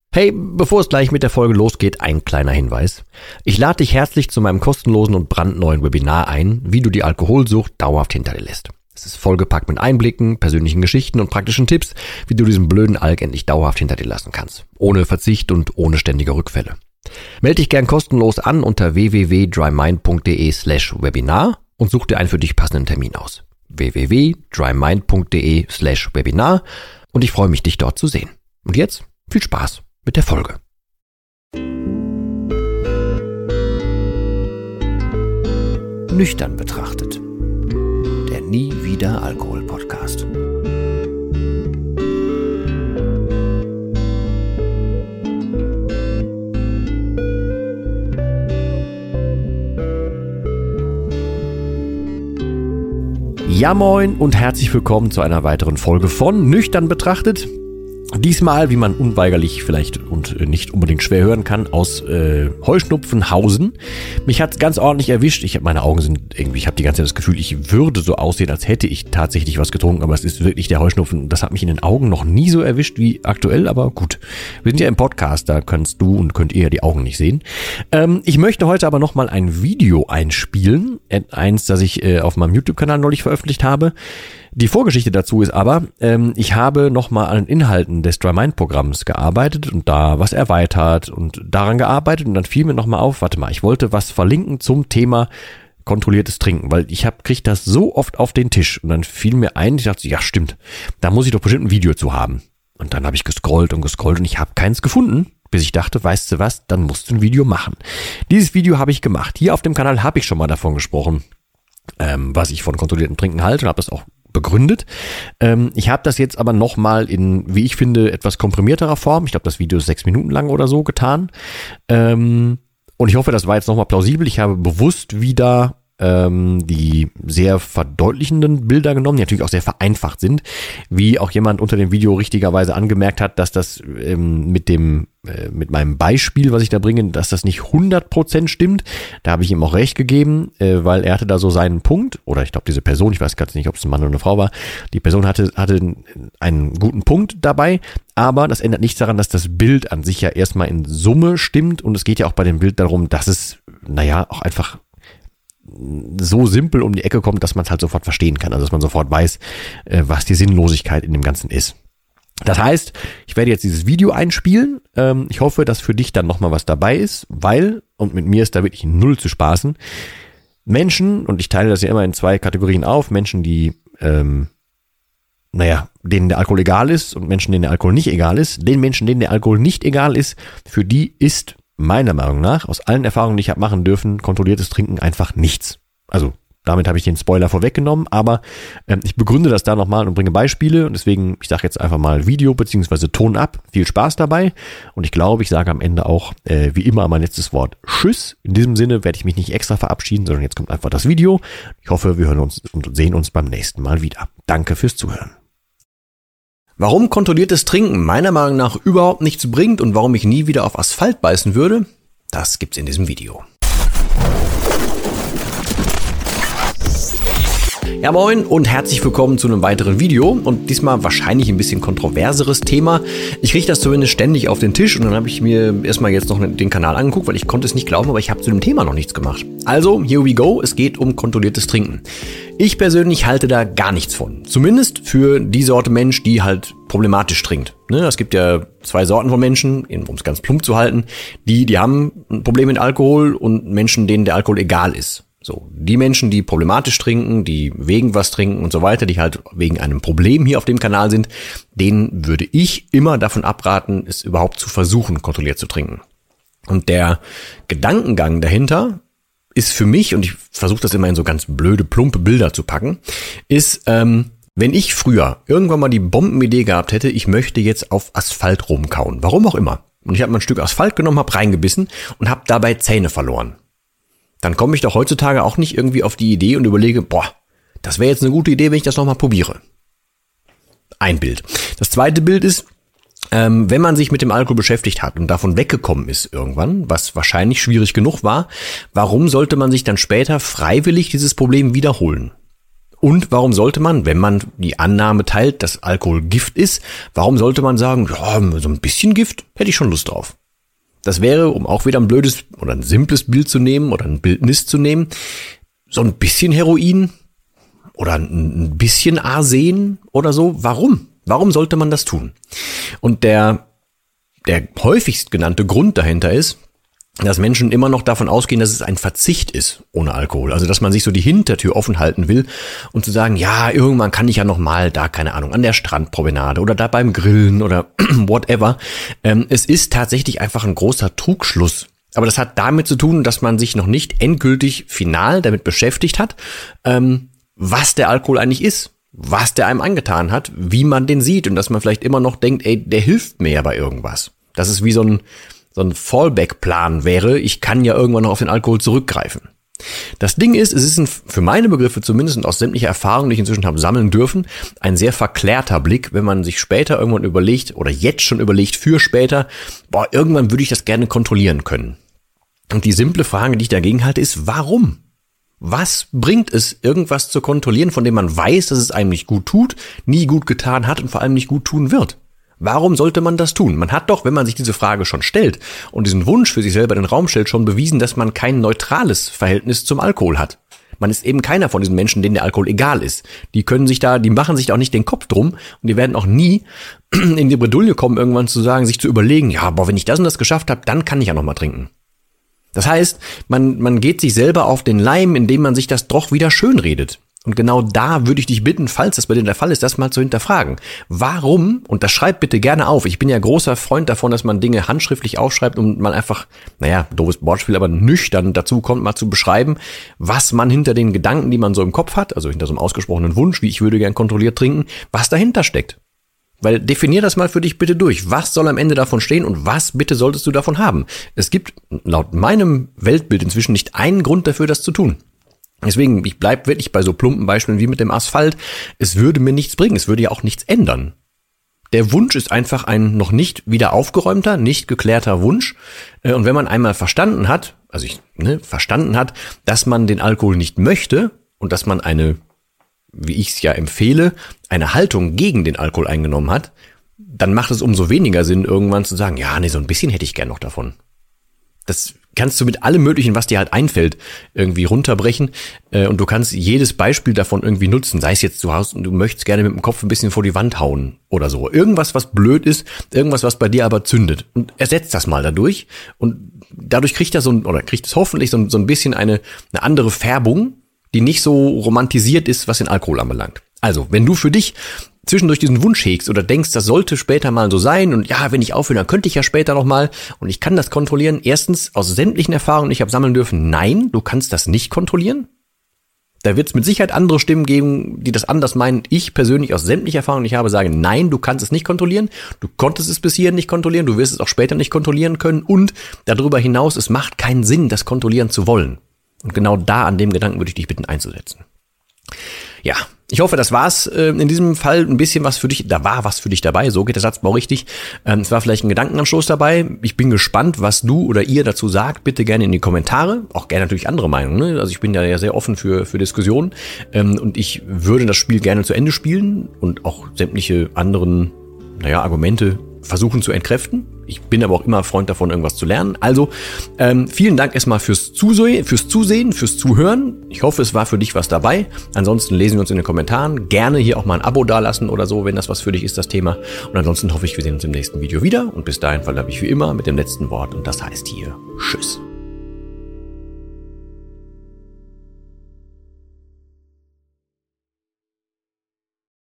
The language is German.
Hey, bevor es gleich mit der Folge losgeht, ein kleiner Hinweis. Ich lade dich herzlich zu meinem kostenlosen und brandneuen Webinar ein, wie du die Alkoholsucht dauerhaft hinter dir lässt. Es ist vollgepackt mit Einblicken, persönlichen Geschichten und praktischen Tipps, wie du diesen blöden Alk endlich dauerhaft hinter dir lassen kannst. Ohne Verzicht und ohne ständige Rückfälle. Melde dich gern kostenlos an unter www.drymind.de/Webinar und such dir einen für dich passenden Termin aus. www.drymind.de/Webinar und ich freue mich, dich dort zu sehen. Und jetzt viel Spaß mit der Folge. Nüchtern betrachtet. Der Nie wieder Alkohol Podcast. Ja moin und herzlich willkommen zu einer weiteren Folge von Nüchtern betrachtet. Diesmal, wie man unweigerlich vielleicht und nicht unbedingt schwer hören kann, aus Heuschnupfenhausen. Mich hat's ganz ordentlich erwischt. Meine Augen sind irgendwie, ich habe die ganze Zeit das Gefühl, ich würde so aussehen, als hätte ich tatsächlich was getrunken, aber es ist wirklich der Heuschnupfen. Das hat mich in den Augen noch nie so erwischt wie aktuell, aber gut. Wir sind ja im Podcast, da kannst du und könnt ihr ja die Augen nicht sehen. Ich möchte heute aber nochmal ein Video einspielen, eins, das ich auf meinem YouTube-Kanal neulich veröffentlicht habe. Die Vorgeschichte dazu ist aber, ich habe nochmal an den Inhalten des Dry-Mind-Programms gearbeitet und da was erweitert und daran gearbeitet und dann fiel mir nochmal auf, ich wollte was verlinken zum Thema kontrolliertes Trinken, weil ich kriege das so oft auf den Tisch und dann fiel mir ein, ich dachte, ja stimmt, da muss ich doch bestimmt ein Video zu haben. Und dann habe ich gescrollt und ich habe keins gefunden, bis ich dachte, weißt du was, dann musst du ein Video machen. Dieses Video habe ich gemacht. Hier auf dem Kanal habe ich schon mal davon gesprochen, was ich von kontrolliertem Trinken halte und habe das auch begründet. Ich habe das jetzt aber nochmal in, wie ich finde, etwas komprimierterer Form. Ich glaube, das Video ist 6 Minuten lang oder so getan. Und ich hoffe, das war jetzt nochmal plausibel. Ich habe bewusst wieder die sehr verdeutlichenden Bilder genommen, die natürlich auch sehr vereinfacht sind, wie auch jemand unter dem Video richtigerweise angemerkt hat, dass das mit meinem Beispiel, was ich da bringe, dass das nicht 100% stimmt. Da habe ich ihm auch recht gegeben, weil er hatte da so seinen Punkt, oder ich glaube diese Person, ich weiß gar nicht, ob es ein Mann oder eine Frau war, die Person hatte einen guten Punkt dabei, aber das ändert nichts daran, dass das Bild an sich ja erstmal in Summe stimmt und es geht ja auch bei dem Bild darum, dass es, auch einfach so simpel um die Ecke kommt, dass man es halt sofort verstehen kann, also dass man sofort weiß, was die Sinnlosigkeit in dem Ganzen ist. Das heißt, ich werde jetzt dieses Video einspielen. Ich hoffe, dass für dich dann nochmal was dabei ist, weil, und mit mir ist da wirklich null zu spaßen, Menschen, und ich teile das ja immer in 2 Kategorien auf, Menschen, die, denen der Alkohol egal ist und Menschen, denen der Alkohol nicht egal ist. Den Menschen, denen der Alkohol nicht egal ist, für die ist meiner Meinung nach, aus allen Erfahrungen, die ich habe machen dürfen, kontrolliertes Trinken einfach nichts. Also damit habe ich den Spoiler vorweggenommen, aber ich begründe das da nochmal und bringe Beispiele und deswegen, ich sage jetzt einfach mal Video bzw. Ton ab. Viel Spaß dabei und ich glaube, ich sage am Ende auch, wie immer, mein letztes Wort Tschüss. In diesem Sinne werde ich mich nicht extra verabschieden, sondern jetzt kommt einfach das Video. Ich hoffe, wir hören uns und sehen uns beim nächsten Mal wieder. Danke fürs Zuhören. Warum kontrolliertes Trinken meiner Meinung nach überhaupt nichts bringt und warum ich nie wieder auf Asphalt beißen würde, das gibt's in diesem Video. Ja moin und herzlich willkommen zu einem weiteren Video und diesmal wahrscheinlich ein bisschen kontroverseres Thema. Ich kriege das zumindest ständig auf den Tisch und dann habe ich mir erstmal jetzt noch den Kanal angeguckt, weil ich konnte es nicht glauben, aber ich habe zu dem Thema noch nichts gemacht. Also, here we go, es geht um kontrolliertes Trinken. Ich persönlich halte da gar nichts von. Zumindest für die Sorte Mensch, die halt problematisch trinkt. Es gibt ja 2 Sorten von Menschen, um es ganz plump zu halten, die haben ein Problem mit Alkohol und Menschen, denen der Alkohol egal ist. So, die Menschen, die problematisch trinken, die wegen was trinken und so weiter, die halt wegen einem Problem hier auf dem Kanal sind, denen würde ich immer davon abraten, es überhaupt zu versuchen, kontrolliert zu trinken. Und der Gedankengang dahinter ist für mich, und ich versuche das immer in so ganz blöde, plumpe Bilder zu packen, ist, wenn ich früher irgendwann mal die Bombenidee gehabt hätte, ich möchte jetzt auf Asphalt rumkauen, warum auch immer. Und ich habe mal ein Stück Asphalt genommen, habe reingebissen und habe dabei Zähne verloren. Dann komme ich doch heutzutage auch nicht irgendwie auf die Idee und überlege, das wäre jetzt eine gute Idee, wenn ich das nochmal probiere. Ein Bild. Das zweite Bild ist, wenn man sich mit dem Alkohol beschäftigt hat und davon weggekommen ist irgendwann, was wahrscheinlich schwierig genug war, warum sollte man sich dann später freiwillig dieses Problem wiederholen? Und warum sollte man, wenn man die Annahme teilt, dass Alkohol Gift ist, warum sollte man sagen, ja, so ein bisschen Gift hätte ich schon Lust drauf? Das wäre, um auch wieder ein blödes oder ein simples Bild zu nehmen oder ein Bildnis zu nehmen, so ein bisschen Heroin oder ein bisschen Arsen oder so. Warum? Warum sollte man das tun? Und der häufigst genannte Grund dahinter ist, dass Menschen immer noch davon ausgehen, dass es ein Verzicht ist ohne Alkohol. Also, dass man sich so die Hintertür offen halten will und zu sagen, ja, irgendwann kann ich ja noch mal da, keine Ahnung, an der Strandpromenade oder da beim Grillen oder whatever. Es ist tatsächlich einfach ein großer Trugschluss. Aber das hat damit zu tun, dass man sich noch nicht endgültig final damit beschäftigt hat, was der Alkohol eigentlich ist, was der einem angetan hat, wie man den sieht und dass man vielleicht immer noch denkt, ey, der hilft mir ja bei irgendwas. Das ist wie so ein Fallback-Plan wäre, ich kann ja irgendwann noch auf den Alkohol zurückgreifen. Das Ding ist, es ist für meine Begriffe zumindest und aus sämtlicher Erfahrung, die ich inzwischen habe sammeln dürfen, ein sehr verklärter Blick, wenn man sich später irgendwann überlegt oder jetzt schon überlegt für später, irgendwann würde ich das gerne kontrollieren können. Und die simple Frage, die ich dagegen halte, ist, warum? Was bringt es, irgendwas zu kontrollieren, von dem man weiß, dass es einem nicht gut tut, nie gut getan hat und vor allem nicht gut tun wird? Warum sollte man das tun? Man hat doch, wenn man sich diese Frage schon stellt und diesen Wunsch für sich selber in den Raum stellt, schon bewiesen, dass man kein neutrales Verhältnis zum Alkohol hat. Man ist eben keiner von diesen Menschen, denen der Alkohol egal ist. Die machen sich da auch nicht den Kopf drum und die werden auch nie in die Bredouille kommen, irgendwann zu sagen, sich zu überlegen, ja, wenn ich das und das geschafft habe, dann kann ich ja noch mal trinken. Das heißt, man geht sich selber auf den Leim, indem man sich das doch wieder schönredet. Und genau da würde ich dich bitten, falls das bei dir der Fall ist, das mal zu hinterfragen. Warum, und das schreib bitte gerne auf, ich bin ja großer Freund davon, dass man Dinge handschriftlich aufschreibt und man einfach, doofes Wortspiel, aber nüchtern dazu kommt, mal zu beschreiben, was man hinter den Gedanken, die man so im Kopf hat, also hinter so einem ausgesprochenen Wunsch, wie ich würde gern kontrolliert trinken, was dahinter steckt. Weil definier das mal für dich bitte durch. Was soll am Ende davon stehen und was bitte solltest du davon haben? Es gibt laut meinem Weltbild inzwischen nicht einen Grund dafür, das zu tun. Deswegen, ich bleib wirklich bei so plumpen Beispielen wie mit dem Asphalt. Es würde mir nichts bringen, es würde ja auch nichts ändern. Der Wunsch ist einfach ein noch nicht wieder aufgeräumter, nicht geklärter Wunsch. Und wenn man einmal verstanden hat, dass man den Alkohol nicht möchte und dass man wie ich es ja empfehle, eine Haltung gegen den Alkohol eingenommen hat, dann macht es umso weniger Sinn, irgendwann zu sagen, so ein bisschen hätte ich gern noch davon. Das kannst du mit allem Möglichen, was dir halt einfällt, irgendwie runterbrechen. Und du kannst jedes Beispiel davon irgendwie nutzen. Sei es jetzt, du möchtest gerne mit dem Kopf ein bisschen vor die Wand hauen oder so. Irgendwas, was blöd ist, irgendwas, was bei dir aber zündet. Und ersetzt das mal dadurch. Und dadurch kriegt es hoffentlich so ein bisschen eine andere Färbung, die nicht so romantisiert ist, was den Alkohol anbelangt. Also, wenn du für dich zwischendurch diesen Wunsch hegst oder denkst, das sollte später mal so sein und wenn ich aufhöre, dann könnte ich ja später noch mal und ich kann das kontrollieren. Erstens, aus sämtlichen Erfahrungen, die ich habe sammeln dürfen, nein, du kannst das nicht kontrollieren. Da wird es mit Sicherheit andere Stimmen geben, die das anders meinen. Ich persönlich aus sämtlicher Erfahrung, die ich habe, sage, nein, du kannst es nicht kontrollieren. Du konntest es bis hierhin nicht kontrollieren, du wirst es auch später nicht kontrollieren können und darüber hinaus, es macht keinen Sinn, das kontrollieren zu wollen. Und genau da an dem Gedanken würde ich dich bitten einzusetzen. Ja, ich hoffe, das war's in diesem Fall ein bisschen was für dich. Da war was für dich dabei, so geht der Satzbau richtig. Es war vielleicht ein Gedankenanstoß dabei. Ich bin gespannt, was du oder ihr dazu sagt. Bitte gerne in die Kommentare. Auch gerne natürlich andere Meinungen. Ne? Also ich bin ja sehr offen für Diskussionen. Und ich würde das Spiel gerne zu Ende spielen und auch sämtliche anderen Argumente versuchen zu entkräften. Ich bin aber auch immer Freund davon, irgendwas zu lernen. Also, vielen Dank erstmal fürs Zusehen, fürs Zuhören. Ich hoffe, es war für dich was dabei. Ansonsten lesen wir uns in den Kommentaren. Gerne hier auch mal ein Abo dalassen oder so, wenn das was für dich ist, das Thema. Und ansonsten hoffe ich, wir sehen uns im nächsten Video wieder. Und bis dahin verbleibe ich wie immer mit dem letzten Wort. Und das heißt hier Tschüss.